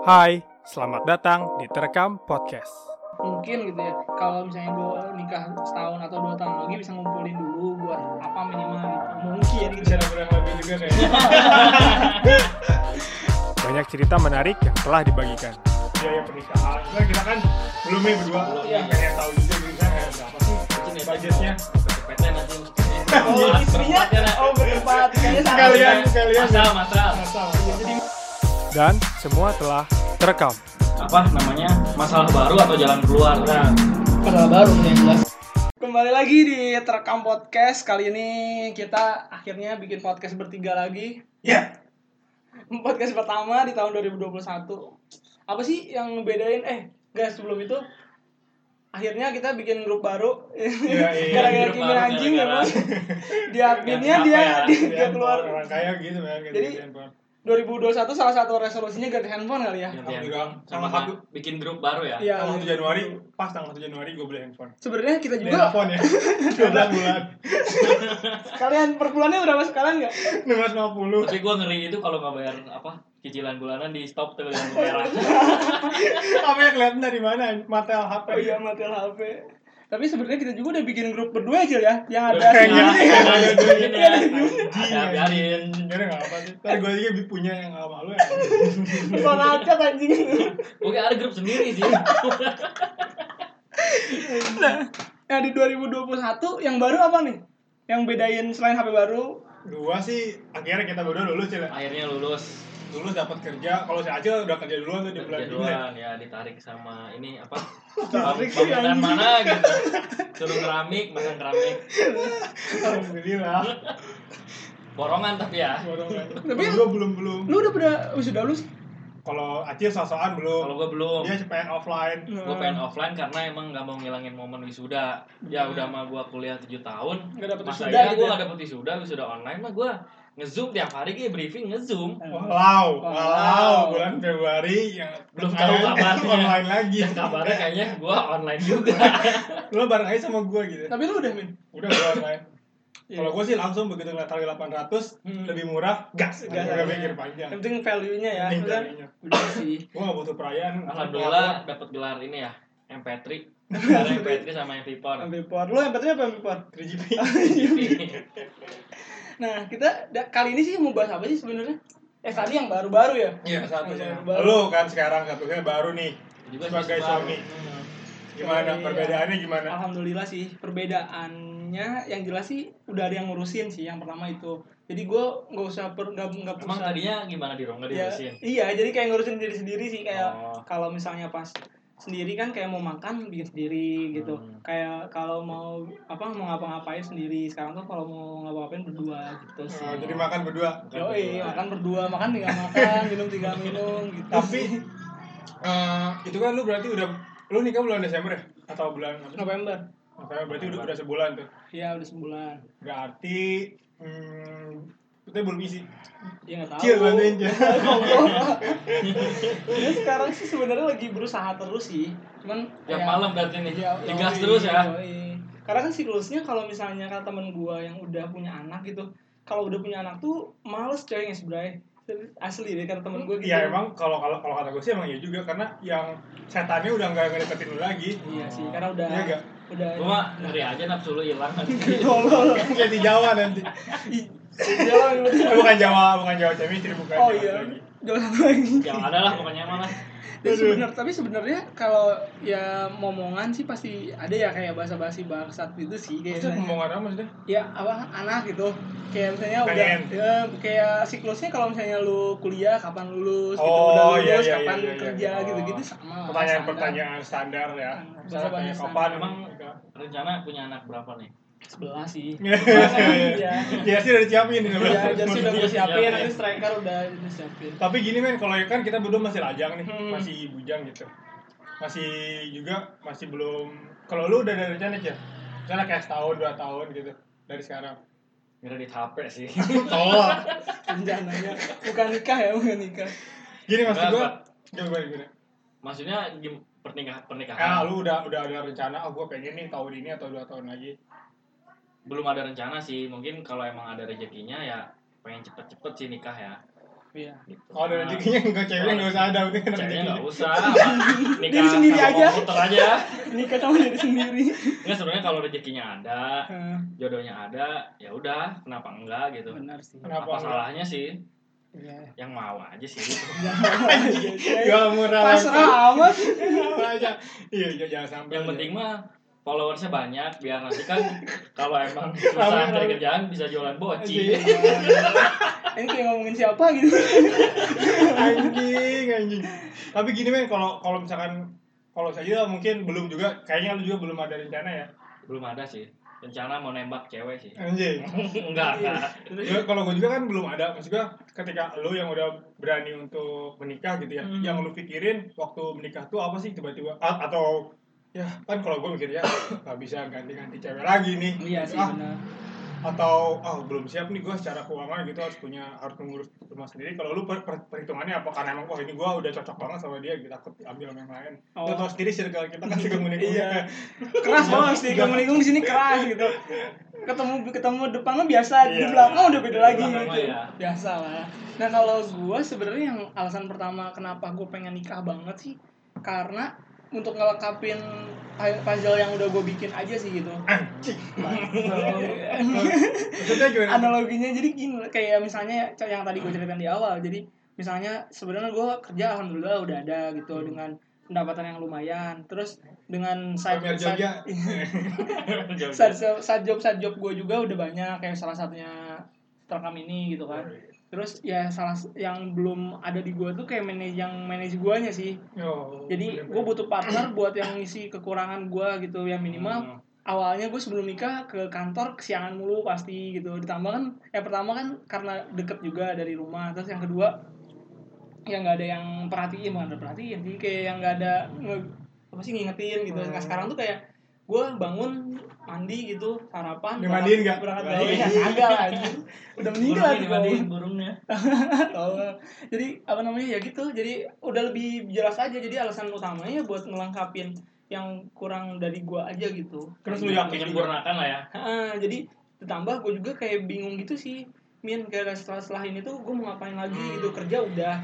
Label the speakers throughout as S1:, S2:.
S1: Hai, selamat datang di Terekam Podcast.
S2: Mungkin gitu ya, kalau misalnya gue nikah setahun atau 2 tahun lagi bisa ngumpulin dulu buat apa minimal gitu. Mungkin gitu.
S3: Bisa kurang lebih juga kayaknya.
S1: Banyak cerita menarik yang telah dibagikan.
S3: Biaya pernikahan. Nah, kita kan belum nih berdua.
S2: Iya.
S3: Pengen tahu juga kita kayak berapa sih budgetnya.
S4: PT nanti
S2: Oh, istrinya berempat kayaknya
S3: Sekalian
S4: masal.
S2: Jadi
S1: Dan semua telah terekam.
S4: apa namanya, masalah baru atau jalan keluar.
S3: Nah,
S2: masalah baru yang jelas. Kembali lagi di Terekam Podcast. Kali ini kita akhirnya bikin podcast bertiga lagi.
S3: ya.
S2: Podcast pertama di tahun 2021. Apa sih yang ngebedain? Guys, sebelum itu akhirnya kita bikin grup baru.
S3: Iya.
S2: Gara-gara
S4: Grup
S2: Kimi
S4: baru,
S2: anjing
S4: gara-gara.
S2: memang. Di adminnya dia keluar.
S3: Orang kaya gitu kan.
S2: Jadi, 2021 salah satu resolusinya ganti handphone kali ya.
S4: Ganti
S3: Alhamdulillah.
S4: handphone sama
S3: Sama
S4: bikin grup baru ya.
S2: Iya.
S3: tanggal 1 Januari, pas tanggal 1 Januari gue beli handphone.
S2: Sebenarnya kita
S3: Beli
S2: juga
S3: handphone ya. 12 bulan.
S2: kalian per bulannya berapa sekalian nggak?
S3: 650.
S4: Tapi gue ngeri itu kalau nggak bayar cicilan bulanan di stop tuh yang merah.
S3: Apa yang kelihatan dari mana? Matel HP.
S2: Oh iya, matel HP. Tapi sebenarnya kita juga udah bikin grup berdua aja ya, yang ada
S3: Kayak
S2: Kimi.
S3: gini ya.
S4: Ada duitnya.
S2: Ada
S4: Ada biarin.
S3: Gimana enggak apa sih? Ntar gue juga punya yang sama lu ya.
S2: Suara acat anjing.
S4: Oke, ada grup sendiri sih.
S2: Nah, di 2021 yang baru apa nih? Yang bedain selain HP baru?
S3: Gua sih akhirnya kita berdua lulus ya.
S4: Akhirnya lulus.
S3: Lulus dapat kerja. Kalau si Acil udah kerja duluan tuh di bulan ini.
S4: Jadwalan ya, ditarik sama ini apa?
S2: Tarik sih,
S4: Bangunan
S2: anjing.
S4: mana gitu. Suruh keramik, masang keramik.
S3: Alhamdulillah.
S4: Borongan tapi ya.
S2: Tapi
S3: Gua belum.
S2: Lu sudah lulus?
S3: Kalau Acil sosokan belum.
S4: Kalau gue belum.
S3: Dia pengen offline.
S4: Gue pengen offline karena emang gak mau ngilangin momen wisuda. Ya udah mah gue kuliah 7 tahun.
S2: Nggak dapet
S4: Masa
S2: wisuda
S4: iya
S2: gitu
S4: gue
S2: ya?
S4: gak dapet wisuda online mah gue nge-zoom tiap hari kayak briefing nge-zoom.
S3: Walau bulan Februari yang
S4: Belum tahu kabarnya.
S3: online lagi.
S4: Dan kabarnya kayaknya gue online juga.
S3: Lu bareng aja sama gua gitu.
S2: Tapi lu udah, Min?
S3: Udah gua online.
S2: Iya.
S3: Kalau gua sih langsung begitu ngeliat harga 800 lebih murah, gas.
S2: Gas
S3: Gak
S2: aja.
S3: mikir panjang.
S2: Yang penting value-nya ya.
S3: Penting
S2: Udah,
S3: value-nya.
S2: udah sih.
S3: Gua gak butuh perayaan.
S4: Alhamdulillah dapet gelar ini ya, MP3. Gelar MP3 sama MP4.
S2: MP4. Lu MP3 apa MP4?
S3: 3GP.
S2: Nah, kita kali ini sih mau bahas apa sih sebenarnya? Tadi yang baru-baru ya?
S3: Iya, satunya.
S2: Yang baru.
S3: Lu kan sekarang satunya baru nih.
S4: Juga
S3: Sebagai
S4: sih,
S3: suami. Gimana
S2: Iya.
S3: perbedaannya gimana?
S2: Alhamdulillah sih, perbedaannya yang jelas sih udah ada yang ngurusin sih yang pertama itu. Jadi gue nggak usah nggak
S4: Emang tadinya gimana di Rongga
S2: ya,
S4: diurusin?
S2: iya, jadi kayak ngurusin diri sendiri sih kayak
S4: Oh.
S2: kalau misalnya pas sendiri kan kayak mau makan bikin sendiri gitu. Kayak kalau mau ngapa-ngapain sendiri. Sekarang tuh kalau mau ngapa-ngapain berdua gitu sih.
S3: Jadi makan berdua.
S2: Yoi, makan berdua, makan tinggal makan, minum tinggal minum gitu.
S3: Tapi
S2: sih.
S3: itu kan lu berarti lu nikah bulan Desember ya? Atau bulan apa?
S2: November.
S3: November berarti udah sebulan tuh.
S2: Iya, udah sebulan.
S3: Berarti kita belum isi.
S2: Ya nggak tahu.
S3: Cil bantuin Cil.
S2: Dia sekarang sih sebenarnya lagi berusaha terus sih. Cuman
S4: Tiap
S2: ya,
S4: malam berarti nih. Digas
S2: yoi,
S4: terus ya.
S2: yoi. Karena kan siklusnya kalau misalnya kata temen gua yang udah punya anak gitu, kalau udah punya anak tuh males coy ngesbray. Asli deh kata temen gua gitu.
S3: Iya emang kalau kata gue sih emang iya juga karena yang setannya udah nggak ngedeketin lu lagi.
S2: Iya sih, karena udah
S3: Iya nggak?
S2: udah
S4: Gue mah ngeri aja nafsu lu hilang.
S2: tolol.
S3: Kayak di Jawa nanti.
S2: Jalan berarti.
S3: bukan Jawa chemistry bukan.
S2: Oh
S3: Jawa
S2: iya.
S3: lagi.
S2: Jalan lagi.
S4: Yang ada lah pokoknya malah.
S2: Tapi sebenarnya kalau ya momongan sih pasti ada ya kayak basa-basi bangsat gitu sih kayak
S3: Maksudnya
S2: misalnya-
S3: ngomong apa maksudnya?
S2: ya apa anak gitu kayak misalnya udah
S3: Pengen.
S2: ya, kayak siklusnya kalau misalnya lu kuliah kapan lulus gitu
S3: Oh,
S2: udah
S3: iya,
S2: lulus
S3: iya,
S2: kapan
S3: iya, iya.
S2: kerja
S3: Oh.
S2: gitu-gitu sama
S3: Pertanyaan-pertanyaan standar ya.
S2: Standar.
S3: Misalnya kayak
S2: Bahasa-bahasa
S3: kapan
S4: Emang rencana punya anak berapa nih?
S2: 11 sih
S3: Iya.
S2: iya
S3: Ya sih udah disiapin ini.
S2: ya jadi udah gue siapin
S4: Siapin.
S2: nanti striker udah siapin
S3: Tapi gini men, kalau kan kita berdua masih lajang nih,
S2: Hmm.
S3: masih bujang gitu. Masih belum. Kalau lu udah ada rencana aja? Misalnya kayak setahun, 2 tahun gitu dari sekarang.
S4: Kira di HP sih.
S3: Tolak.
S2: rencananya bukan nikah ya bukan nikah
S3: Gini maksud
S4: Enggak,
S3: gua, gimana?
S4: Maksudnya pernikahan.
S3: Lu udah ada rencana, gua pengen nih tahun ini atau 2 tahun lagi.
S4: Belum ada rencana sih. Mungkin kalau emang ada rezekinya ya pengen cepet-cepet sih nikah ya.
S2: Iya.
S4: Gitu.
S3: Kalau ada rezekinya enggak, ceweknya enggak usah ada, udah kan
S4: Ceweknya
S3: rezeki.
S4: nggak usah,
S2: Diri
S4: nikah
S2: sendiri
S4: sama
S2: aja.
S4: komputer aja.
S2: Nikah sama diri sendiri.
S4: Nggak, sebenarnya kalau rezekinya ada,
S2: Heeh.
S4: jodohnya ada, ya udah, kenapa enggak gitu.
S2: Benar sih.
S3: Kenapa
S4: Apa
S3: enggak?
S4: salahnya sih?
S2: Iya.
S4: Yang mau aja sih gitu.
S3: Gak murah.
S2: Pasrah amat.
S3: aja. Iya, jangan sampai.
S4: Yang penting mah followersnya banyak, biar nanti kan kalau emang susah cari kerjaan bisa jualan boci.
S2: Ini kayak ngomongin siapa gitu.
S3: anjing. Tapi gini men, kalau misalkan kalau saya mungkin belum juga, kayaknya lu juga belum ada rencana ya.
S4: Belum ada sih. Rencana mau nembak cewek sih.
S3: Anjing.
S4: Enggak.
S3: Ya, kalau gue juga kan belum ada. Maksud gue ketika lu yang udah berani untuk menikah gitu ya, yang lu pikirin waktu menikah tuh apa sih tiba-tiba atau ya kan kalau gue mikir ya nggak bisa ganti-ganti cewek lagi nih.
S2: Iya sih benar.
S3: Atau belum siap nih gue secara keuangan gitu, harus mengurus rumah sendiri. Kalau lu perhitungannya apa? Karena emang ini gue udah cocok banget sama dia, kita takut ambil sama yang lain. Lu tau sendiri circle kita kan circle menikung.
S2: Iya. Keras banget sih kalau menikung di sini keras gitu. Ketemu depannya biasa, di belakang udah beda lagi gitu. Biasa lah. Nah kalau gue sebenarnya yang alasan pertama kenapa gue pengen nikah banget sih, karena untuk ngelengkapin puzzle yang udah gue bikin aja sih gitu.
S3: Anjing. Maksudnya gimana?
S2: Analoginya jadi gini, kayak misalnya yang tadi gue ceritain di awal. Jadi misalnya sebenarnya gue kerja alhamdulillah udah ada gitu dengan pendapatan yang lumayan. Terus dengan side job gue juga udah banyak, kayak salah satunya Telkom ini gitu kan. Terus ya salah yang belum ada di gue tuh kayak manage guanya sih. Jadi gue butuh partner buat yang ngisi kekurangan gue gitu, yang minimal awalnya gue sebelum nikah ke kantor kesiangan mulu pasti gitu. Ditambah kan pertama kan karena deket juga dari rumah. Terus yang kedua yang nggak ada yang bukan ada perhatiin sih, kayak yang nggak ada ngingetin gitu. Nah sekarang tuh kayak gue bangun mandi gitu, sarapan
S3: dimandiin nggak?
S2: Berangkat gawe ya kagak lagi, udah meninggal
S4: dimandiin burungnya.
S2: Jadi apa namanya ya gitu, jadi udah lebih jelas aja. Jadi alasan utamanya buat ngelengkapin yang kurang dari gue aja gitu.
S3: Terus lu yakin
S4: menyempurnakan lah ya.
S2: Jadi ditambah gue juga kayak bingung gitu sih, kayak setelah ini tuh gue mau ngapain lagi gitu. Kerja udah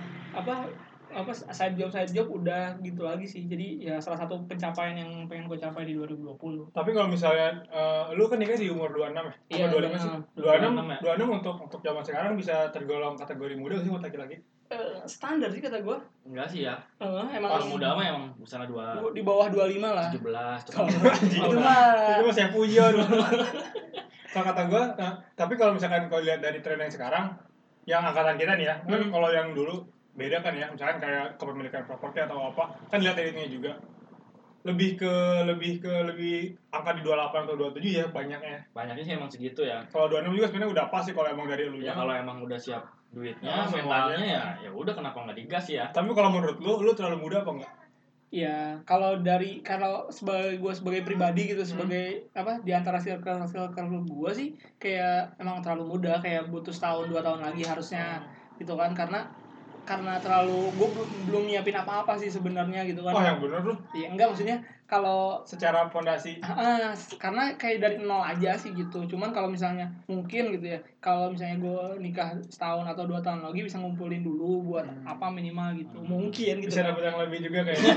S2: side job udah gitu lagi sih. Jadi ya salah satu pencapaian yang pengen gue capai di 2020.
S3: Tapi kalau misalnya lu kan nikah di umur 26 ya?
S2: Iya,
S3: 25 sih? 26 untuk zaman sekarang bisa tergolong kategori muda sih buat laki-laki?
S2: Standar sih kata gue.
S4: Enggak sih ya.
S2: Emang
S4: kalau muda mah emang misalnya
S2: di bawah 25 lah.
S4: 17
S2: Itu mah
S3: saya pujon. Kalau kata gue, tapi kalau misalkan kau lihat dari tren yang sekarang, yang angkatan kita nih ya, kan kalau yang dulu beda kan ya, misalkan kayak kepemilikan properti atau apa, kan lihat dari ini juga lebih angka di 28 atau 27 ya banyaknya
S4: sih emang segitu ya.
S3: Kalau 26 juga sebenarnya udah pas sih kalau emang dari lu
S4: ya. Kalau emang udah siap duitnya,
S3: mentalnya
S4: ya udah, kenapa nggak digas ya.
S3: Tapi kalau menurut lu terlalu muda apa enggak?
S2: Ya kalau sebagai pribadi gitu, sebagai di antara circle gue sih kayak emang terlalu muda, kayak butuh setahun 2 tahun lagi harusnya gitu kan, karena terlalu gue belum nyiapin apa-apa sih sebenarnya gitu kan.
S3: Yang bener lu?
S2: Iya enggak, maksudnya kalau
S3: secara fondasi.
S2: Karena kayak dari nol aja sih gitu. Cuman kalau misalnya mungkin gitu ya, kalau misalnya gue nikah setahun atau 2 tahun lagi bisa ngumpulin dulu buat apa minimal gitu. Mungkin gitu.
S3: Bisa dapat yang lebih juga kayaknya.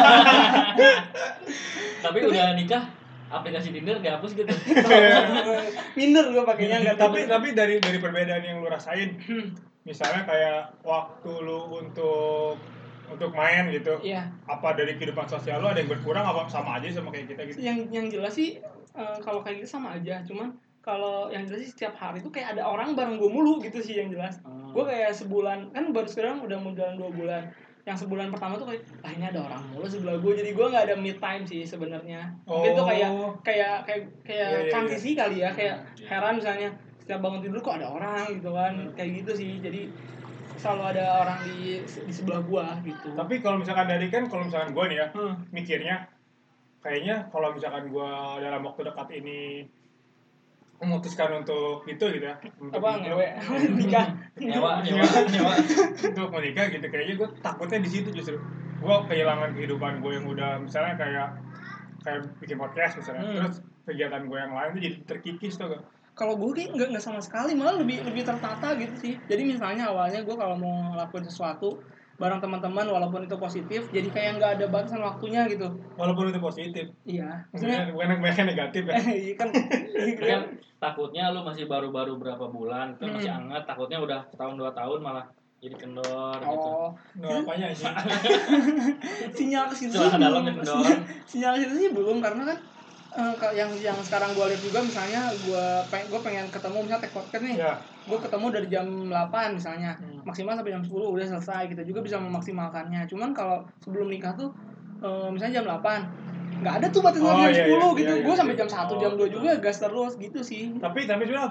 S4: Tapi udah nikah aplikasi Tinder dihapus gitu.
S2: Minder gue pakainya enggak.
S3: Tapi dari perbedaan yang lu rasain, misalnya kayak waktu lu untuk main gitu, apa dari kehidupan sosial lu ada yang berkurang apa sama aja sama kayak kita gitu?
S2: Yang jelas sih kalau kayak gitu sama aja, cuman kalau yang jelas sih setiap hari tuh kayak ada orang bareng gue mulu gitu sih yang jelas. Gue kayak sebulan, kan baru sekarang udah mau jalan 2 bulan. Yang sebulan pertama tuh kayak ini ada orang mulu sebelah gue, jadi gue nggak ada me time sih sebenarnya. Mungkin tuh kayak transisi kali ya, kayak heran misalnya setiap bangun tidur kok ada orang gitu kan, kayak gitu sih. Jadi selalu ada orang di sebelah gua gitu.
S3: Tapi kalau misalkan gua nih ya, mikirnya kayaknya kalau misalkan gua dalam waktu dekat ini memutuskan untuk gitu ya,
S2: nikah
S4: nyewa
S3: untuk menikah gitu, kayaknya gua takutnya di situ justru gua kehilangan kehidupan gua yang udah misalnya kayak bikin podcast misalnya, terus kegiatan gua yang lain tuh jadi terkikis tuh.
S2: Kalau gue kayak nggak sama sekali, malah lebih tertata gitu sih. Jadi misalnya awalnya gue kalau mau ngelakuin sesuatu bareng teman-teman walaupun itu positif, jadi kayak nggak ada batasan waktunya gitu.
S3: Walaupun itu positif.
S2: Iya.
S3: Maksudnya bukan yang negatif ya.
S2: Iya kan.
S4: Kan takutnya lu masih baru-baru berapa bulan, kan masih anget, takutnya udah setahun 2 tahun malah jadi kendor gitu.
S3: Kendor apanya sih?
S2: Sinyal ke situ
S4: Celana dalam yang kendor.
S2: Sinyal ke situ sih belum, karena kan yang sekarang gue lihat juga misalnya gue pengen ketemu misalnya take podcast nih.
S3: Ya.
S2: Gue ketemu dari jam 8 misalnya, maksimal sampai jam 10 udah selesai. Kita juga bisa memaksimalkannya. Cuman kalau sebelum nikah tuh misalnya jam 8 nggak ada tuh batasan jam 10 gitu. Gue sampai jam 1 jam 2 juga gas terus gitu sih.
S3: Tapi sebenarnya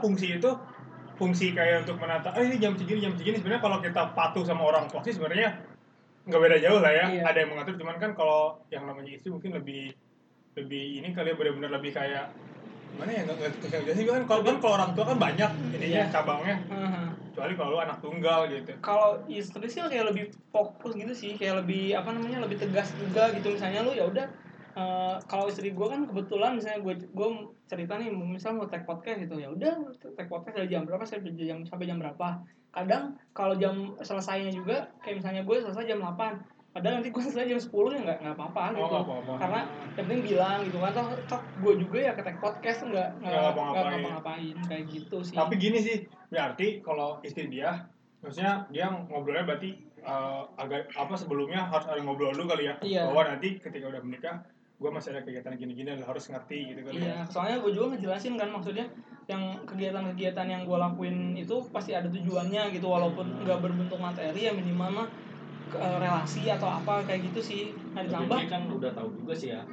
S3: fungsi kayak untuk menata ini jam segini sebenarnya kalau kita patuh sama orang tua sih sebenarnya nggak beda jauh lah ya. Ada yang mengatur, cuman kan kalau yang namanya istri mungkin lebih ini kali ya, benar-benar lebih kayak gimana ya, nggak sih kan kalau orang tua kan banyak ininya cabangnya, kecuali kalau lu anak tunggal gitu.
S2: Kalau istri sih kayak lebih fokus gitu sih, kayak lebih lebih tegas juga gitu. Misalnya lu ya udah kalau istri gue kan kebetulan misalnya gue cerita nih misal mau take podcast gitu, ya udah take podcast dari jam berapa sampai jam berapa. Kadang kalau jam selesainya juga kayak misalnya gue selesai jam 8, padahal nanti gue selesai jam 10 ya nggak apa-apa gitu. Karena yang penting bilang gitu kan, toh gue juga ya ke take podcast nggak ngapa-ngapain kayak gitu sih.
S3: Tapi gini sih, berarti kalau istri dia, maksudnya dia ngobrolnya berarti agak sebelumnya harus ada ngobrol dulu kali ya, bahwa nanti ketika udah menikah gue masih ada kegiatan gini-gini dan harus ngerti gitu kan.
S2: Iya, soalnya gue juga ngejelasin kan, maksudnya yang kegiatan-kegiatan yang gue lakuin itu pasti ada tujuannya gitu, walaupun nggak berbentuk materi ya minimal mah relasi atau apa kayak gitu sih. Nah ditambah
S4: kan udah tahu juga sih ya.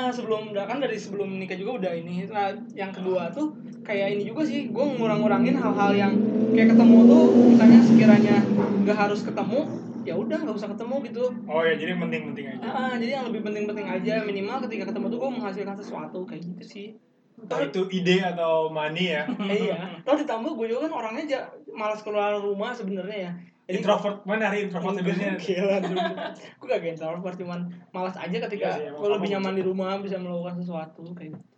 S2: Dari sebelum nikah juga udah ini. Nah yang kedua tuh kayak ini juga sih, gue ngurangin hal-hal yang kayak ketemu tuh misalnya sekiranya nggak harus ketemu, ya udah nggak usah ketemu gitu.
S3: Oh ya, jadi penting aja.
S2: Jadi yang lebih penting aja, minimal ketika ketemu tuh gue menghasilkan sesuatu kayak gitu sih.
S3: Entah itu ide atau money ya.
S2: Iya. Terus ditambah gue juga kan orangnya malas keluar rumah sebenarnya ya. Jadi
S3: introvert, mana hari introvert sebenarnya?
S2: Gila, gue gak introvert, cuman malas aja ketika gue lebih nyaman di rumah bisa melakukan sesuatu kayak gitu.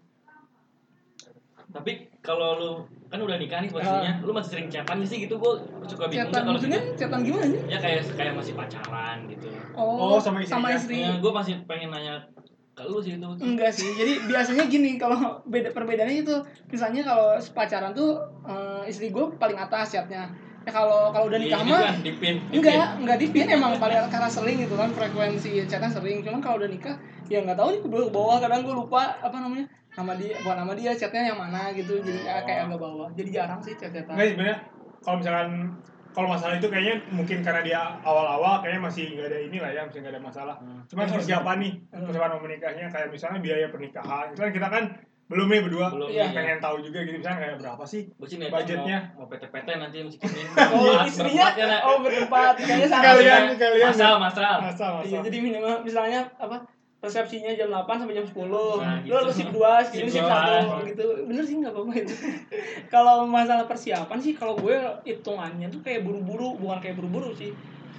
S4: Tapi kalau lu kan udah nikah nih posisinya, lu masih sering chatan sih gitu, gue suka bingung kalau
S2: maksudnya chatan gimana sih?
S4: Ya kayak masih pacaran gitu.
S2: Oh sama istri.
S4: Ya, gue masih pengen nanya ke lu sih itu.
S2: Enggak sih, jadi biasanya gini, kalau perbedaannya itu misalnya kalau pacaran tuh istri gue paling atas chatnya. Ya kalau udah nikah mah enggak dipin, emang paling karena sering gitu kan, frekuensi chatnya sering. Cuman kalau udah nikah ya nggak tahu nih ke bawah, kadang gue lupa nama dia chatnya yang mana gitu, jadi kayak agak bawah, jadi jarang sih chat-chatan.
S3: Nggak, sebenarnya kalau masalah itu kayaknya mungkin karena dia awal-awal kayaknya masih nggak ada inilah ya, masih nggak ada masalah. Cuman persiapan nih, persiapan mau menikahnya, kayak misalnya biaya pernikahan, misalnya kita kan belum nih berdua, pengen tahu juga gitu, misalnya kayak berapa sih budgetnya?
S4: Mau PT-PT nanti mesti kini.
S2: Istrinya berempat, kayaknya
S3: kalian
S2: masal. Iya, jadi minimal misalnya resepsinya jam 8 sampai jam 10.
S4: Gitu.
S2: Lu sip 2, sip 1 gitu. Bener sih enggak apa-apa itu. Kalau masalah persiapan sih kalau gue hitungannya tuh kayak buru-buru, bukan kayak buru-buru sih.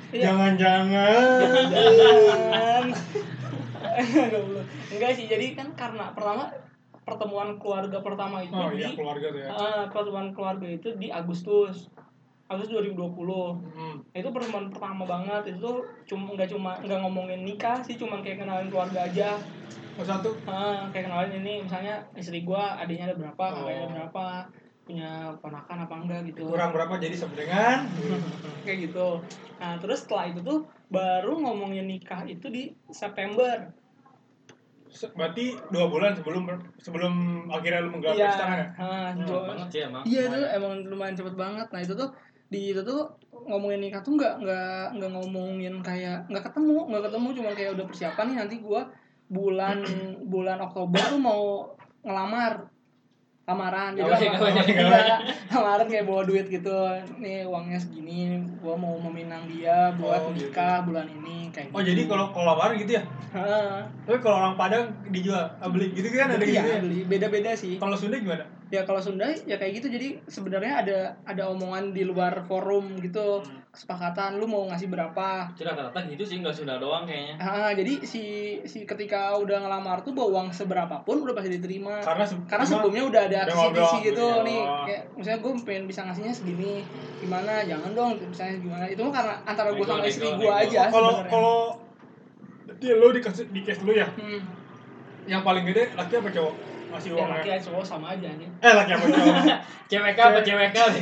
S3: Jangan.
S2: Enggak sih, jadi kan karena pertemuan keluarga pertama itu
S3: keluarga tuh ya.
S2: Pertemuan keluarga itu di Agustus 2020. Itu pertemuan pertama banget, itu nggak ngomongin nikah sih, cuman kayak kenalin keluarga aja.
S3: Satu.
S2: Kayak kenalin ini misalnya istri gua, adiknya ada berapa, kakaknya ada berapa, punya ponakan apa enggak gitu.
S3: Kurang berapa jadi sama dengan
S2: kayak gitu. Nah terus setelah itu tuh baru ngomongin nikah itu di September.
S3: Berarti 2 bulan sebelum akhirnya lu menggelar pesta kan ya?
S4: Banget sih emang.
S2: Iya itu emang lumayan cepet banget. Nah itu tuh ngomongin nikah tuh nggak ngomongin kayak nggak ketemu cuma kayak udah persiapan nih, nanti gua bulan Oktober tuh mau lamaran, jadi lamaran kayak bawa duit gitu, nih uangnya segini, gua mau meminang dia buat nikah bulan ini kayak.
S3: Oh gitu. Jadi kalau lamaran gitu ya? Tapi kalau orang Padang dijual, beli gitu kan ada gitu ya?
S2: Beli, beda-beda sih.
S3: Kalau Sunda gimana?
S2: Ya kalau Sunda ya kayak gitu, jadi sebenarnya ada omongan di luar forum gitu, kesepakatan lu mau ngasih berapa.
S4: Rata-rata gitu sih, nggak Sunda doang kayaknya.
S2: Jadi si ketika udah ngelamar tuh bawa uang seberapa pun udah pasti diterima. Karena
S3: cuma
S2: sebelumnya udah ada kisi-kisi gitu
S3: ya.
S2: nih, kayak misalnya gue pengen bisa ngasihnya segini, gimana, jangan dong misalnya gimana. Itu mah karena antara gue sama istri gue aja sebenarnya.
S3: Kalau dia lo di case dulu ya, yang paling gede laki apa cowok ngasih
S2: Ya
S3: uangnya?
S2: laki aja cowok sama aja nih.
S3: Laki apa cowok?
S4: Cewek apa cewek kali?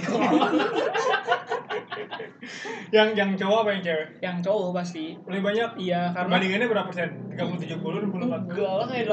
S3: yang cowok apa yang cewek?
S2: Yang cowok pasti.
S3: Lebih banyak?
S2: Iya, karena
S3: Perbandingannya berapa persen? 30, 70, 60, 40?
S2: enggak lah, kayak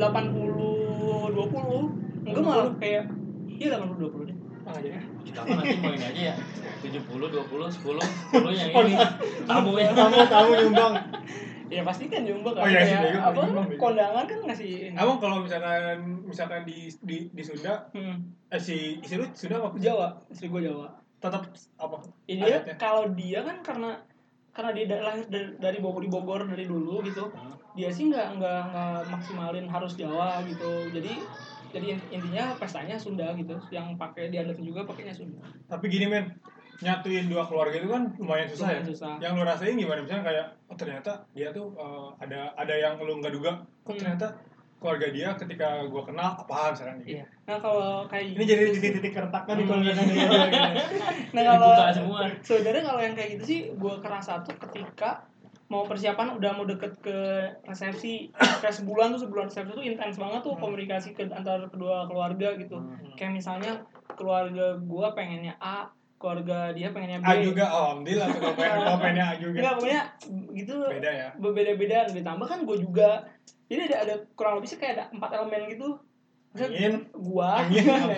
S2: 80 20. Enggak malah kayak iya 80 20 deh.
S3: Jadi
S4: Kita kan nanti main aja ya. 70, 20, 10 yang ini. Tamu ya.
S3: Tamu nyumbang.
S2: Ya pasti kan nyumbang kan.
S3: Oh iya sih,
S2: Kayak
S3: bego,
S2: apa
S3: nyumbang, bego.
S2: kondangan kan ngasih ini.
S3: Abang kalau misalkan di Sunda, si istri lu Sunda apa?
S2: Jawa, istri gue Jawa.
S3: Tetap apa?
S2: Ini
S3: adatnya?
S2: kalau dia kan karena dia lahir dari Bogor dari dulu gitu. Dia sih nggak maksimalin harus Jawa gitu. Jadi intinya pestanya Sunda gitu. Yang pakai diadat juga pakainya Sunda.
S3: Tapi gini men, nyatuin dua keluarga itu kan lumayan susah ya. Yang lu rasain gimana? Misalnya kayak ternyata dia tuh ada yang lu nggak duga. Ternyata keluarga dia ketika gua kenal apaan misalnya gitu.
S2: Iya. Nah kalau kayak
S3: ini jadi titik-titik keretakan di keluarga dia.
S2: Nah kalau
S4: Dibuka semua.
S2: sebenarnya kalau yang kayak gitu sih gua kerasa tuh ketika mau persiapan udah mau deket ke resepsi kayak sebulan resepsi tuh intens banget tuh komunikasi antar kedua keluarga gitu. Kayak misalnya keluarga gua pengennya A, keluarga dia pengennya B.
S3: A juga, alhamdulillah tuh kalau pengennya A juga.
S2: Enggak, pokoknya gitu.
S3: Beda ya.
S2: Berbeda-beda, ditambah kan gua juga. Jadi ada kurang lebih sih kayak ada 4 elemen gitu.
S3: Angin,
S2: gua,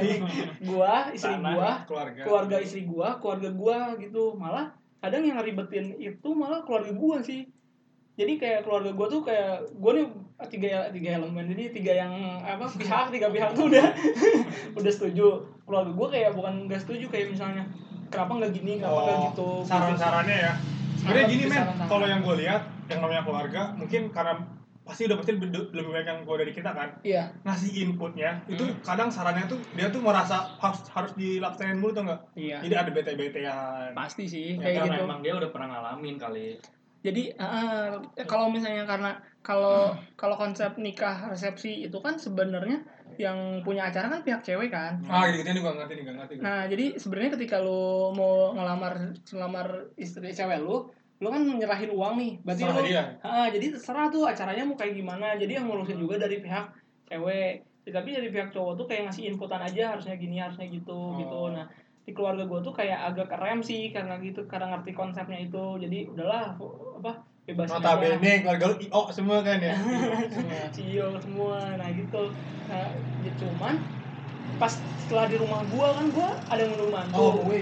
S2: istri gua, keluarga istri gua, keluarga gua gitu. Malah kadang yang ngeribetin itu malah keluarga gua sih. Jadi kayak keluarga gua tuh kayak gua nih tiga elemen. Jadi tiga pihak tuh udah setuju. Keluarga gua kayak bukan enggak setuju, kayak misalnya kenapa enggak gini, kenapa enggak gitu.
S3: Saran-sarannya ya. Sebenarnya gini men, kalau yang gua lihat yang namanya keluarga mungkin karena pasti lebih banyak yang gua dari kita kan.
S2: Iya.
S3: Ngasih inputnya itu kadang sarannya tuh dia tuh merasa harus dilaksanain mulu tuh enggak?
S2: Iya.
S3: Jadi ada bete-betean.
S2: Pasti sih
S4: Ya,
S2: kayak
S4: karena
S2: gitu.
S4: emang dia udah pernah ngalamin kali.
S2: Jadi kalau misalnya karena kalau konsep nikah resepsi itu kan sebenarnya yang punya acara kan pihak cewek kan.
S3: Gitu nih gua ngerti.
S2: Nah, jadi sebenarnya ketika lu mau ngelamar istri cewek lu kan nyerahin uang nih. Berarti
S3: terserah
S2: lu
S3: dia.
S2: Jadi terserah tuh acaranya mau kayak gimana. Jadi yang ngurusin juga dari pihak cewek. Tapi dari pihak cowok tuh kayak ngasih inputan aja, harusnya gini, harusnya gitu gitu. Nah, di keluarga gue tuh kayak agak rem sih karena ngerti konsepnya itu. Jadi udahlah bebas aja.
S3: Notabene keluarga lu IO semua kan ya.
S2: CEO semua. Nah gitu. Nah, ya cuman pas setelah di rumah gue kan gue ada yang ngunduh mantu.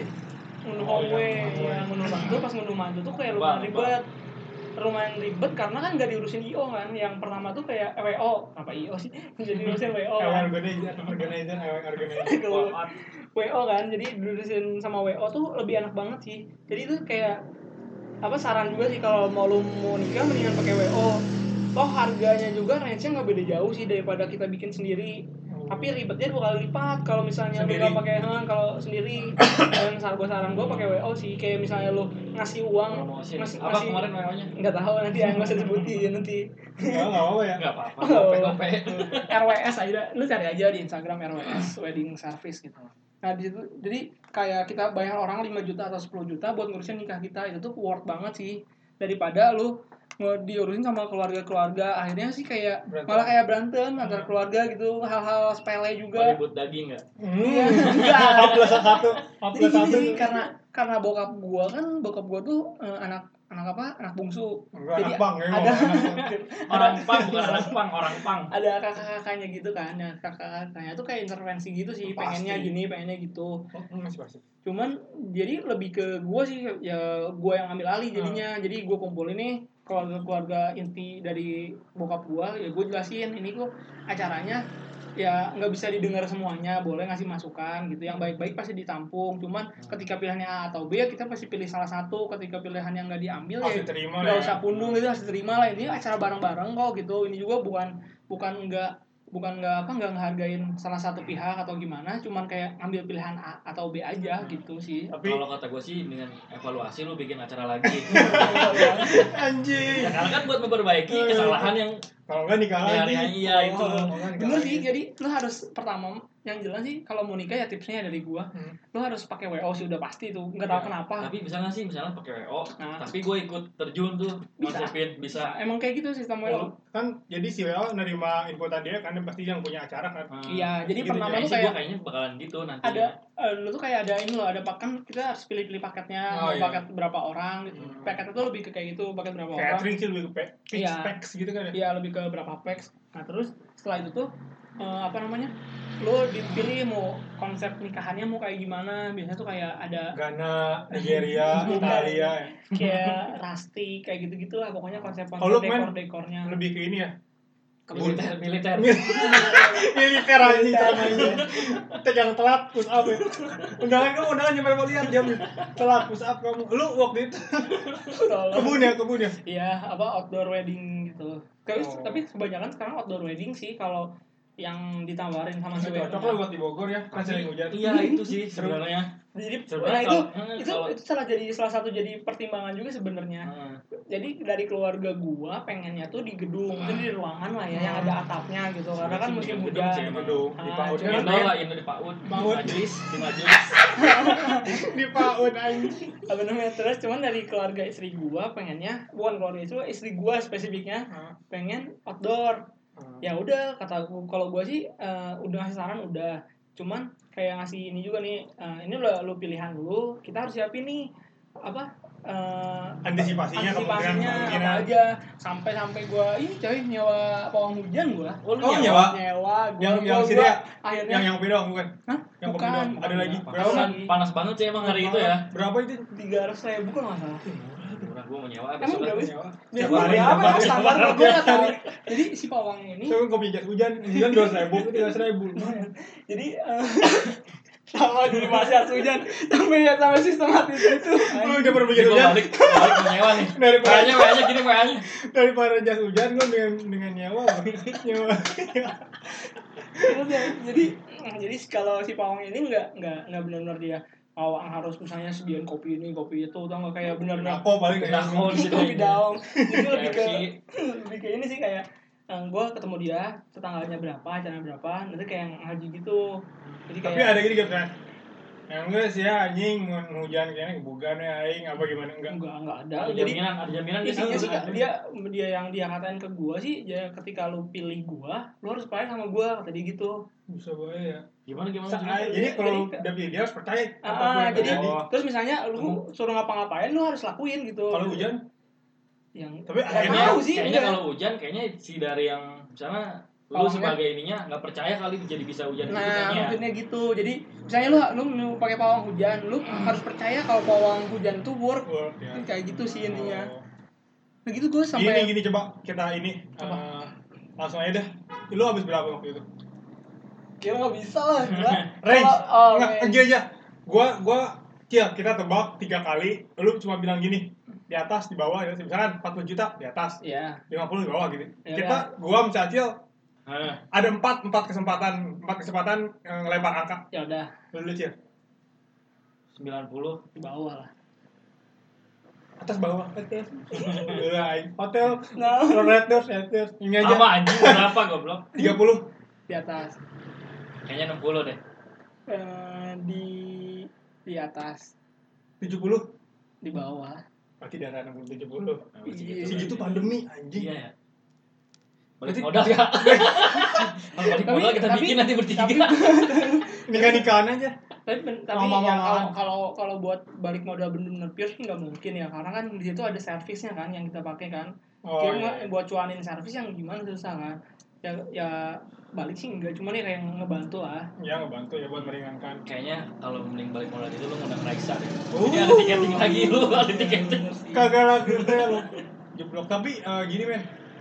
S2: Ngunduh mantu. Pas ngunduh mantu tuh kayak lumayan ribet karena kan nggak diurusin IO kan. Yang pertama tuh kayak WO. Apa IO sih? Jadi urusin WO kan.
S3: Organizer.
S2: WO kan, jadi diurusin sama WO tuh lebih enak banget sih. Jadi itu kayak saran juga sih kalau mau nikah mendingan pakai WO. Toh harganya juga range-nya nggak beda jauh sih daripada kita bikin sendiri. Tapi ribetnya 2 kali lipat kalau misalnya lu nggak pakai kalau sendiri. Dan saran gue pakai WO sih. Kayak misalnya lu ngasih uang, ngasih
S4: kemarin WO-nya?
S2: Nggak tahu nanti nggak usah disebutin nanti.
S3: Nggak apa ya.
S4: Nggak apa-apa.
S2: RWS aja, lu cari aja di Instagram RWS Wedding Service gitu. Nah di situ jadi kayak kita bayar orang 5 juta atau 10 juta buat ngurusin nikah kita, itu tuh worth banget sih daripada lu diurusin sama keluarga akhirnya sih kayak malah kayak berantem antar keluarga gitu, hal-hal sepele juga.
S4: Ribut daging nggak?
S2: Iya, enggak.
S3: Jadi
S2: gini, karena bokap gua tuh anak bungsu.
S3: Jadi
S2: ada
S4: orang pang.
S2: Ada kakak-kakaknya gitu kan. Nah, kakak-kakaknya tuh kayak intervensi gitu sih, pengennya gini, pengennya gitu. Cuman jadi lebih ke gua sih, ya gua yang ambil alih jadinya. Jadi gua kumpulin nih keluarga inti dari bokap gua, ya gua jelasin ini kok acaranya ya nggak bisa didengar semuanya, boleh ngasih masukan gitu, yang baik-baik pasti ditampung, cuman ketika pilihannya A atau B ya kita pasti pilih salah satu, ketika pilihan yang nggak diambil ya nggak usah pundung gitu, harus diterima lah, ini acara bareng-bareng kok gitu. Ini juga bukan nggak nggak ngehargain salah satu pihak atau gimana, cuman kayak ngambil pilihan A atau B aja gitu sih.
S3: Tapi
S4: kalau kata gue sih dengan evaluasi lu bikin acara lagi.
S3: anjing.
S4: Ya, karena kan buat memperbaiki kesalahan yang
S3: Kalau enggak nikah lagi.
S4: Iya, itu.
S2: Bener sih, jadi lu harus pertama yang jelas sih kalau mau nikah ya tipsnya dari gua, lu harus pakai WO sih udah pasti tuh, nggak tahu kenapa.
S4: Tapi bisa nggak sih misalnya pakai WO,
S2: Nah.
S4: tapi gue ikut terjun tuh konsepin bisa.
S2: Emang kayak gitu sistem WO.
S3: Kan jadi si WO nerima inputan dia kan pasti yang punya acara kan.
S2: Iya, jadi
S3: Gitu,
S2: pertama
S4: Kayaknya
S2: tuh
S4: sih
S2: kayak
S4: gue kayaknya bakalan gitu nanti.
S2: ada lu tuh kayak ada ini loh, ada kan kita harus pilih-pilih paketnya,
S3: Oh,
S2: mau
S3: iya.
S2: paket berapa orang gitu. Paket itu lebih ke kayak gitu, paket berapa orang.
S3: Catering sih lebih ke
S2: Iya.
S3: packs gitu kan ya.
S2: Iya, lebih ke berapa packs. Nah, terus setelah itu tuh apa namanya? Lu dipilih mau konsep nikahannya mau kayak gimana. Biasanya tuh kayak ada
S3: Ghana, Nigeria, Italia.
S2: kayak rustic kayak gitu-gitu lah pokoknya konsep-konsep
S3: Kalau men,
S2: dekor-dekornya.
S3: Lebih ke ini ya.
S4: Militer.
S3: Militer anjing namanya. Kita jangan telat push up ya. Undangan nyampe mau lihat jam telat push up kamu. Lu waktu itu kebun ya.
S2: Iya, apa outdoor wedding gitu. Tapi kebanyakan sekarang outdoor wedding sih kalau yang ditawarin sama si
S3: Cocok lah buat di Bogor ya, kan sering hujan.
S4: Iya, itu sih sebenarnya.
S2: Jadi
S4: Sebenarnya
S2: itu salah satu jadi pertimbangan juga sebenarnya. Jadi dari keluarga gua pengennya tuh di gedung, itu di ruangan lah ya, yang ada atapnya gitu. Karena kan musim hujan.
S3: Gedung di PAUD
S2: cuman
S3: kan.
S4: Tahu lah ini di PAUD.
S3: PAUD.
S4: Di majelis.
S3: Di PAUD anjing.
S2: Apa namanya? Terus cuman dari keluarga istri gua pengennya, bukan keluarga istri gua spesifiknya pengen outdoor. Ya udah kata gua, kalau gua sih udah ngasih saran udah. Cuman kayak ngasih ini juga nih, ini lu pilihan dulu, kita harus siapin nih apa
S3: Antisipasinya
S2: apa aja sampai gua ini coy nyewa pawang hujan gua.
S3: Oh, nyewa
S2: Gua
S3: yang sini ya
S2: akhirnya
S3: yang kopi doang bukan?
S2: Hah?
S3: Yang kopi
S2: Bukan.
S3: doang ada lagi
S4: Berapa? Panas banget sih emang hari itu ya.
S3: Berapa itu?
S2: 300.000 kalau nggak salah.
S4: Murah, gue mau nyewa
S2: Emang
S4: besok
S2: berapa?
S3: Nyewa.
S2: Ya,
S3: Tiap hari,
S2: berapa
S3: tiap hari.
S2: standar gua nggak tahu. Jadi si pawangnya ini
S3: Itu kan kopi jas hujan 2.000 itu 3.000.
S2: jadi sama di masa hujan sampai sistematis itu.
S3: Lu udah pernah bikin
S4: Gue
S3: hujan?
S4: balik mau nyewa nih.
S3: Daripada
S4: Kayaknya gini kayaknya.
S3: daripada jas hujan gua dengan nyewa.
S2: Terus ya, jadi kalau si pawang ini nggak benar-benar dia pawang harus misalnya sediain kopi ini kopi itu, tau nggak kayak benar-benar
S3: Aku paling
S4: Nako di situ.
S2: kopi daun. Jadi lebih ke ini sih kayak gue ketemu dia tetangganya berapa, acaranya berapa, nanti kayak ngaji gitu. Jadi
S3: tapi
S2: kayak
S3: ada gini gitu kan. Yang enggak sih ya anjing hujan kayaknya bukan ya aing apa gimana enggak.
S2: enggak ada.
S4: Ada
S2: Jadi
S4: jaminan
S2: intinya sih
S4: ada.
S2: dia yang dia katain ke gua sih, ya ketika lu pilih gua, lu harus percaya sama gua, kata dia gitu.
S3: Bisa boleh ya.
S4: Gimana?
S3: Jadi kalau udah pilih dia harus percaya apapun yang
S2: Jadi
S3: terjadi.
S2: terus misalnya lu suruh ngapa-ngapain lu harus lakuin gitu.
S3: Kalau hujan
S2: yang
S3: tapi
S4: Kayaknya
S2: tahu sih,
S4: kayaknya
S2: enggak.
S4: kalau hujan kayaknya si dari yang misalnya lu
S2: Pawangnya.
S4: sebagai ininya nggak percaya kali jadi bisa hujan gitu
S2: Nah,
S4: kayaknya.
S2: maksudnya gitu. Jadi misalnya lu pakai pawang hujan, lu harus percaya kalau pawang hujan itu work.
S3: ya.
S2: Kayak gitu sih intinya.
S3: Oh.
S2: Nah gitu gue sampai
S3: Gini coba kita ini langsung aja dah. Lu habis berapa waktu itu?
S2: kira nggak bisa lah.
S3: Range. Enggak,
S2: Range.
S3: gini aja. Gua kita tebak 3 kali, lu cuma bilang gini, di atas, di bawah, ya. Misalkan 40 juta di atas,
S2: Iya.
S3: 50 di bawah gitu.
S2: Ya,
S3: Gua sama Cacil
S4: Nah,
S3: ada 4 kesempatan ngelempar angka.
S2: Ya udah
S3: Lu Cil.
S4: 90
S2: di bawah lah.
S3: Atas bawah. Hotel.
S2: Nah,
S3: Red Doors. Ini aja.
S4: apa anjing berapa goblok?
S3: 30.
S2: di atas.
S4: Kayaknya 60 deh.
S2: Di atas,
S3: 70.
S2: di bawah.
S3: Berarti darah 60 70.
S2: Iya.
S3: Segitu pandemi anjing.
S4: Iya ya. Balik modal enggak? Kalau balik modal kita bikin nanti bertiga.
S3: Nikah-nikahan aja.
S2: Tapi ya, kalau buat balik modal bener-bener pure sih nggak mungkin ya, karena kan di situ ada servisnya kan yang kita pakai kan. Kira buat cuanin servis yang gimana susah kan. Ya balik sih enggak, cuma nih kayak ngebantu lah.
S3: Ya ngebantu ya buat meringankan.
S4: Kayaknya kalau mending balik modal itu lu ngundang Raisa deh. Jadi ada tiketing lagi lu, ada tiketing.
S3: Kagak lagi lu jeblok. Tapi gini men,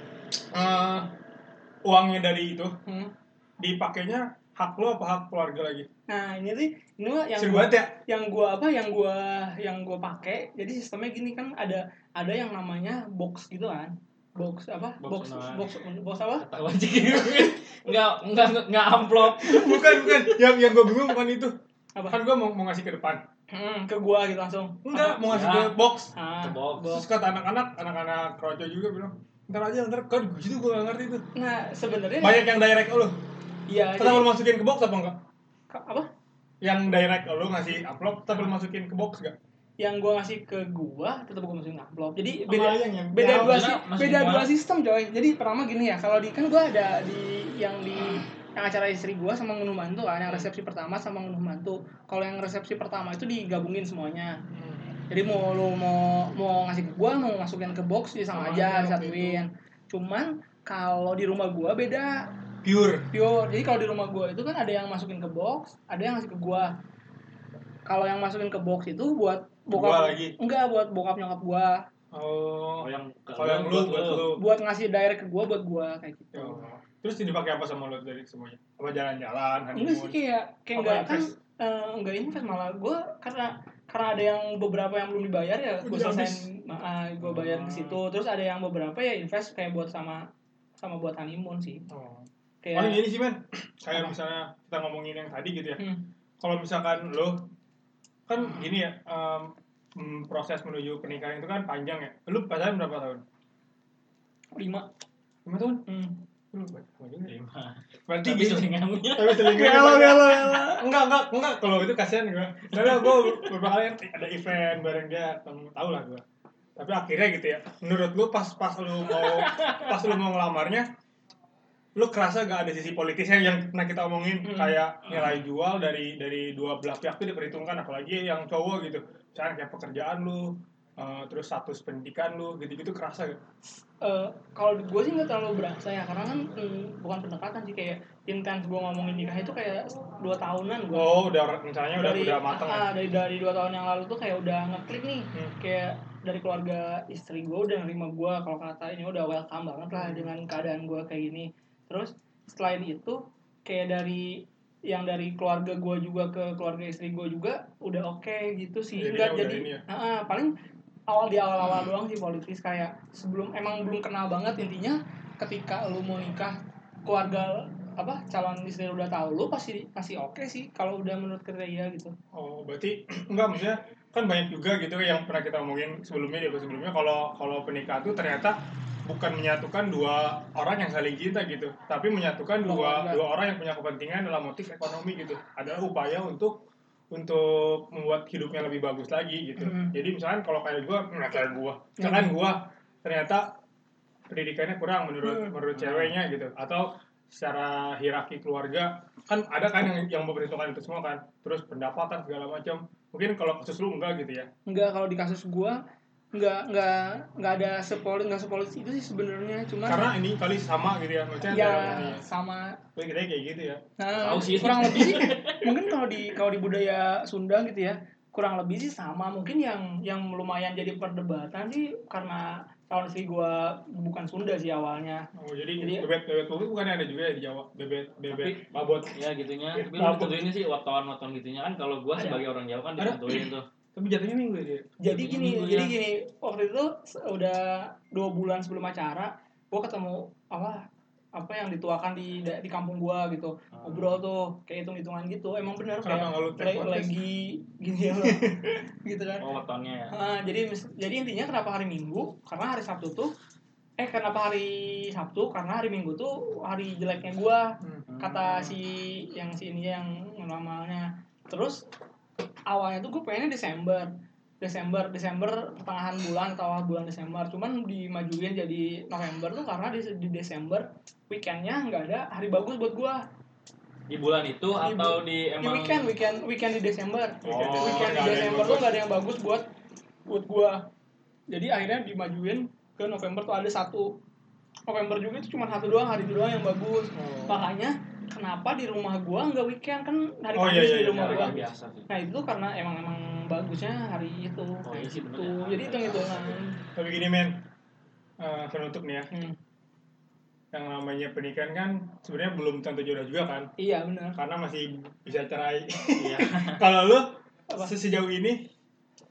S3: uangnya dari itu dipakainya hak lo apa hak keluarga lagi?
S2: Nah ini mah yang
S3: seru banget ya.
S2: yang gua pakai. Jadi sistemnya gini kan, ada yang namanya box gitu kan. box apa?
S4: Box
S2: Box apa?
S4: Tahu aja gitu. Enggak amplop.
S3: Bukan. Yang gue bingung bukan itu.
S2: Apa?
S3: Kan gue mau ngasih ke depan.
S2: Ke gua gitu langsung.
S3: Enggak, mau ngasih
S4: Ya.
S3: ke box.
S4: Ke box.
S3: Terus kata anak-anak kroco juga bilang, ntar kan gitu gue gak ngerti tuh.
S2: Nah, sebenarnya
S3: Banyak yang direct lo.
S2: iya.
S3: Tetap lu masukin ke box apa enggak?
S2: Apa?
S3: Yang direct lo ngasih upload, tetap lu masukin ke box gak?
S2: Yang gua ngasih ke gua tetap gua masukin amplop. Jadi
S3: Sama yang
S2: beda dua sistem, coy. Jadi pertama gini ya, kalau di kan gua ada di yang acara istri gua sama ngunduh mantu kan, yang resepsi pertama sama ngunduh mantu. Kalau yang resepsi pertama itu digabungin semuanya. Jadi mau ngasih ke gua, mau masukin ke box ya sama aja disatuin. Cuman kalau di rumah gua beda.
S3: Pure.
S2: Jadi kalau di rumah gua itu kan ada yang masukin ke box, ada yang ngasih ke gua. Kalau yang masukin ke box itu buat bokap
S3: lagi.
S2: Enggak, buat bokap nyokap gua.
S3: Oh,
S4: yang
S3: kalau yang lu buat lu.
S2: Buat ngasih direct ke gua buat gua kayak gitu.
S3: Terus dipakai apa sama lu dari semuanya? Apa jalan-jalan, honeymoon?
S2: Enggak sih kayak enggak kan enggak invest, malah gua karena ada yang beberapa yang belum dibayar ya gua selesain gua bayar ke situ. Terus ada yang beberapa ya invest kayak buat sama buat honeymoon sih.
S3: Kayak paling gini sih men, kayak misalnya kita ngomongin yang tadi gitu ya. Kalau misalkan lo kan gini ya, proses menuju pernikahan itu kan panjang ya. Lu pacaran berapa tahun? 5 tahun? Berarti
S4: tapi selingannya.
S3: Tapi selingannya. Enggak. Kalau itu kasihan gue. Karena gue beberapa kali ada event bareng dia, tahu lah gue. Tapi akhirnya gitu ya. Menurut lu pas lu mau ngelamarnya, lu kerasa gak ada sisi politisnya yang pernah kita omongin, kayak nilai jual dari dua belah pihak itu diperhitungkan, apalagi yang cowok gitu. Misalnya kayak pekerjaan lu, terus status pendidikan lu, gitu-gitu kerasa gak?
S2: Kalau gue sih nggak terlalu berasa ya, karena kan bukan pendekatan sih, kayak intens gue ngomongin nikah itu kayak 2 tahunan gue.
S3: Oh, udah rencananya udah matang ya?
S2: Dari 2 tahun yang lalu tuh kayak udah ngeklik nih, kayak dari keluarga istri gue udah nerima gue kalau kata ini udah welcome banget lah dengan keadaan gue kayak gini. Terus selain itu kayak dari keluarga gue juga ke keluarga istri gue juga udah oke gitu sih. Enggak jadi paling di awal doang sih politis, kayak emang belum kenal banget. Intinya ketika lu mau nikah, keluarga calon istri udah tahu lu pasti oke sih kalau udah menurut kriteria gitu.
S3: Oh, berarti enggak, maksudnya kan banyak juga gitu yang pernah kita omongin sebelumnya kalau pernikahan tuh ternyata bukan menyatukan 2 orang yang saling cinta gitu, tapi menyatukan dua orang yang punya kepentingan dalam motif ekonomi gitu. Adalah upaya untuk membuat hidupnya lebih bagus lagi gitu. Jadi misalkan kalau kayak misalkan gue ternyata pendidikannya kurang menurut ceweknya gitu, atau secara hierarki keluarga kan ada kan yang memperhitungkan itu semua kan, terus pendapatan segala macam. Mungkin kalau kasus lu enggak gitu ya?
S2: Enggak, kalau di kasus gue nggak ada sepolis itu sih sebenarnya, cuman
S3: karena ini kali sama gitu ya, maksudnya
S2: ya sama
S3: kayak gitu ya.
S2: Nah, kurang lebih sih mungkin kalau di budaya Sunda gitu ya, kurang lebih sih sama. Mungkin yang lumayan jadi perdebatan sih karena calon istri gue bukan Sunda sih awalnya.
S3: Oh, jadi bebek itu bukan ada juga ya di Jawa, bebek babot
S4: ya gitunya. Tapi lu ditentuin sih waton gitunya kan. Kalau gue sebagai orang Jawa kan ditentuin tuh.
S3: Tapi jatuhnya minggu ya.
S2: Jadi gini, waktu itu udah 2 bulan sebelum acara, gue ketemu apa yang dituakan di kampung gue gitu. Ngobrol tuh kayak hitung-hitungan gitu. Emang benar kayak lagi gini loh. Gitu kan.
S4: Oh, wetonnya ya.
S2: Jadi intinya kenapa hari Minggu? Karena hari Sabtu tuh kenapa hari Sabtu? Karena hari Minggu tuh hari jeleknya gue. Kata si ini yang normalnya. Terus awalnya tuh gue pengennya Desember pertengahan bulan atau awal bulan Desember, cuman dimajuin jadi November tuh karena di Desember weekendnya nggak ada hari bagus buat gue.
S4: Di bulan itu atau di emang
S2: weekend di Desember. Weekend di Desember tuh nggak ada yang bagus buat gue. Jadi akhirnya dimajuin ke November tuh ada 1 November juga, itu cuma hari itu doang yang bagus. Makanya kenapa di rumah gua nggak weekend, kan hari Kamis di rumah gua. Nah itu karena emang bagusnya hari itu.
S4: Iya
S2: gitu. Jadi hitung-hitungan.
S3: Tapi gini men, penutup nih ya. Yang namanya pernikahan kan sebenarnya belum tentu jodoh juga kan?
S2: Iya benar.
S3: Karena masih bisa cerai. Iya. Kalau lu sejauh ini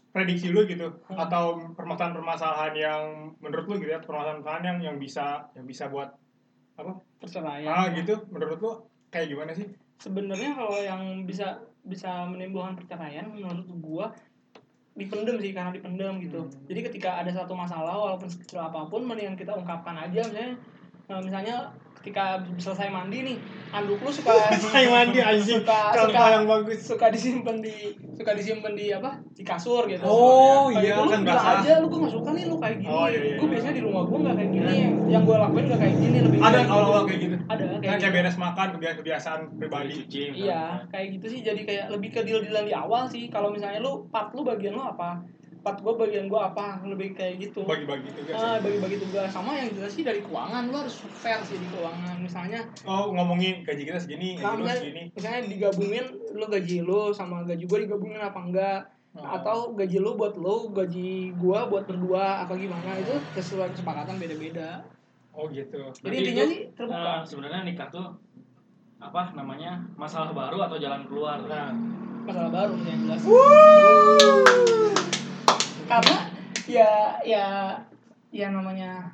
S3: prediksi lu gitu atau permasalahan-permasalahan yang menurut lu gitu ya, permasalahan yang bisa buat apa
S2: perceraian
S3: gitu menurut lu kayak gimana sih?
S2: Sebenarnya kalau yang bisa menimbulkan perceraian menurut gua dipendem sih, karena dipendem gitu. Jadi ketika ada satu masalah walaupun sekecil apapun mendingan kita ungkapkan aja. Misalnya ketika selesai mandi nih, anduk lu suka
S3: selesai mandi anjing, contoh yang bagus,
S2: suka disimpan di apa, di kasur gitu.
S3: Iya
S2: gitu,
S3: kan
S2: lu bilang aja, lu gue nggak suka nih lu kayak gini.
S3: Iya.
S2: Gue biasanya di rumah gue nggak kayak gini, yang gue lakuin nggak kayak gini, lebih
S3: ada awal-awal kayak gitu.
S2: Ada
S3: kayak beres makan, kebiasaan pribadi.
S2: Iya, kayak gitu sih. Jadi kayak lebih ke deal-dealan di awal sih. Kalau misalnya lu bagian lu apa, gue bagian gue apa, lebih kayak gitu.
S3: Bagi-bagi tugas.
S2: Bagi-bagi tugas. Sama yang jelas sih dari keuangan, lu harus fair sih di keuangan. Misalnya
S3: ngomongin gaji kita segini, gaji lu segini.
S2: Misalnya digabungin, lu gaji lu sama gaji gue digabungin apa enggak? Atau gaji lu buat lu, gaji gue buat berdua apa gimana? Itu sesuai kesepakatan beda-beda.
S3: Gitu.
S2: Jadi intinya sih terbuka.
S4: Sebenarnya nikah tuh apa namanya, masalah baru atau jalan keluar?
S3: Nah,
S2: masalah baru yang jelas. Karena ya namanya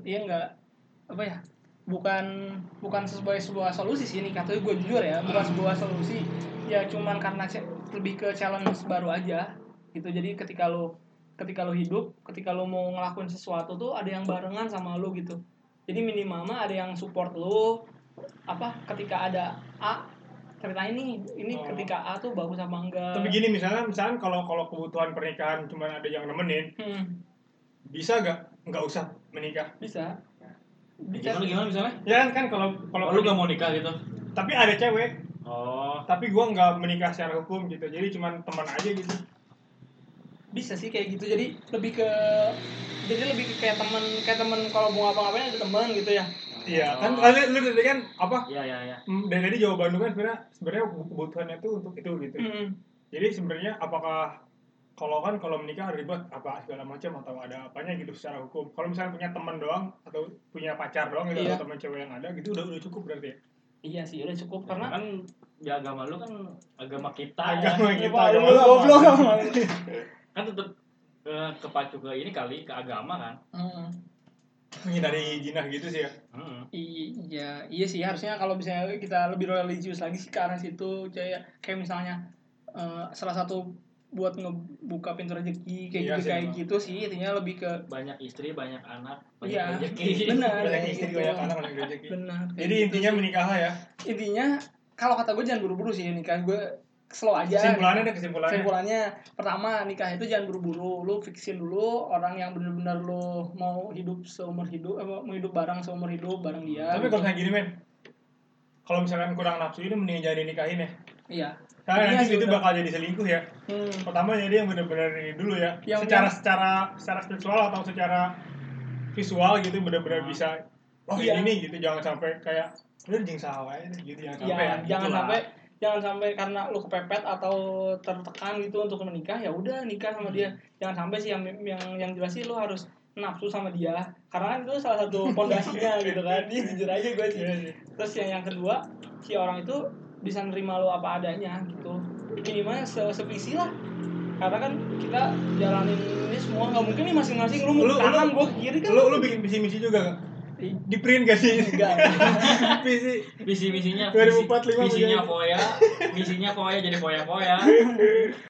S2: bukan sebuah solusi sih nikah tuh, gue jujur ya, bukan sebuah solusi ya, cuman karena lebih ke challenge baru aja gitu. Jadi ketika lo hidup, ketika lo mau ngelakuin sesuatu tuh ada yang barengan sama lo gitu. Jadi minimal ada yang support lo, apa, ketika ada A ceritain ini ketika A tuh bagus apa enggak.
S3: Tapi gini, misalnya kalau kebutuhan pernikahan cuma ada yang nemenin, bisa nggak usah menikah?
S2: Bisa.
S4: Gimana misalnya?
S3: Ya kan kalau
S4: lu nggak mau nikah gitu.
S3: Tapi ada cewek. Tapi gua nggak menikah secara hukum gitu. Jadi cuma teman aja gitu.
S2: Bisa sih kayak gitu. Jadi lebih ke kayak teman kalau mau ngapa-ngapain ada teman gitu ya.
S3: Iya, kan lu tadi kan apa?
S4: Iya.
S3: Dari tadi jawaban lu kan sebenarnya kebutuhannya tuh untuk itu gitu. Jadi sebenarnya apakah kalau menikah ribet apa segala macam atau ada apanya gitu secara hukum. Kalau misalnya punya teman doang atau punya pacar doang gitu, atau teman cewek yang ada gitu udah cukup berarti ya?
S2: Iya sih, udah cukup karena
S4: kan di agama lu kan agama kita.
S3: Agama
S4: ya.
S3: kita. Agama lu goblok.
S4: Kan tetap kepacu ke ini kali, ke agama kan.
S3: Menghindari jinah gitu sih ya.
S2: Iya sih, harusnya kalau misalnya kita lebih religius lagi sih ke arah situ, kayak misalnya salah satu buat ngebuka pintu rezeki kayak gitu sih. Intinya lebih ke
S4: banyak istri, banyak anak, banyak rezeki.
S2: Benar.
S3: Banyak istri, banyak anak, banyak rezeki.
S2: Benar.
S3: Jadi intinya menikah lah ya.
S2: Intinya kalau kata gue jangan buru-buru sih nikah. Gue slow aja. Kesimpulannya pertama, nikah itu jangan buru-buru. Lu fixin dulu orang yang benar-benar lu mau hidup seumur hidup, mau hidup bareng seumur hidup bareng dia.
S3: Tapi kalau misalnya gini men, kalau misalkan kurang nafsu ini mending jadi nikahin ya.
S2: Iya.
S3: Karena nanti itu bakal jadi selingkuh ya. Pertama jadi yang benar-benar ini dulu ya. Secara seksual atau secara visual gitu benar-benar bisa. Ini gitu, jangan sampai kayak udah jeng sawah gitu,
S2: jangan sampai karena lu kepepet atau tertekan gitu untuk menikah, ya udah nikah sama dia. Jangan sampai sih yang jelas sih lu harus nafsu sama dia, karena kan itu salah satu pondasinya gitu kan. Dia jujur aja gue sih. Terus yang kedua, si orang itu bisa nerima lo apa adanya gitu, minimal sevisi lah, karena kan kita jalanin ini semua nggak mungkin nih masing-masing lu mau kanan gue kiri kan.
S3: Lu bikin visi misi juga gak? Di print gak sih?
S2: Enggak.
S4: Visi misinya
S3: 2045
S4: misinya foya jadi foya